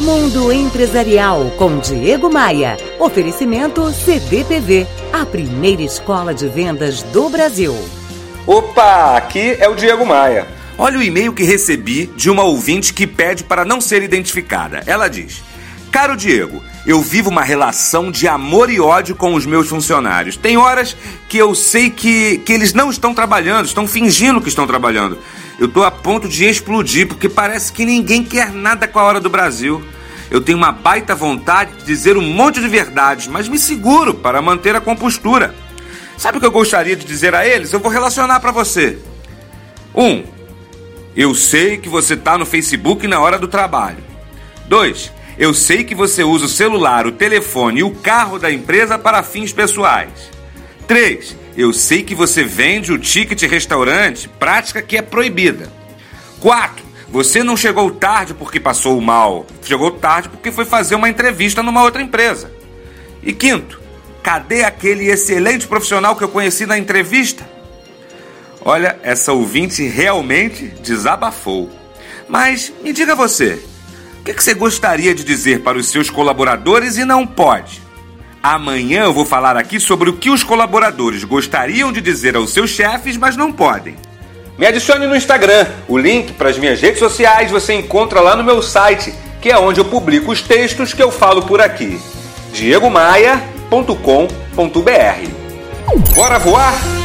Mundo Empresarial com Diego Maia. Oferecimento CDPV, a primeira escola de vendas do Brasil. Opa, aqui é o Diego Maia. Olha o e-mail que recebi de uma ouvinte que pede para não ser identificada. Ela diz: Caro Diego, eu vivo uma relação de amor e ódio com os meus funcionários. Tem horas que eu sei que eles não estão trabalhando, estão fingindo que estão trabalhando. Eu estou a ponto de explodir, porque parece que ninguém quer nada com a Hora do Brasil. Eu tenho uma baita vontade de dizer um monte de verdades, mas me seguro para manter a compostura. Sabe o que eu gostaria de dizer a eles? Eu vou relacionar para você. 1. Eu sei que você está no Facebook na hora do trabalho. 2. Eu sei que você usa o celular, o telefone e o carro da empresa para fins pessoais. 3. Eu sei que você vende o ticket restaurante, prática que é proibida. 4. Você não chegou tarde porque passou mal. Chegou tarde porque foi fazer uma entrevista numa outra empresa. E 5. Cadê aquele excelente profissional que eu conheci na entrevista? Olha, essa ouvinte realmente desabafou. Mas me diga você, o que você gostaria de dizer para os seus colaboradores e não pode? Amanhã eu vou falar aqui sobre o que os colaboradores gostariam de dizer aos seus chefes, mas não podem. Me adicione no Instagram. O link para as minhas redes sociais você encontra lá no meu site, que é onde eu publico os textos que eu falo por aqui. diegomaia.com.br. Bora voar?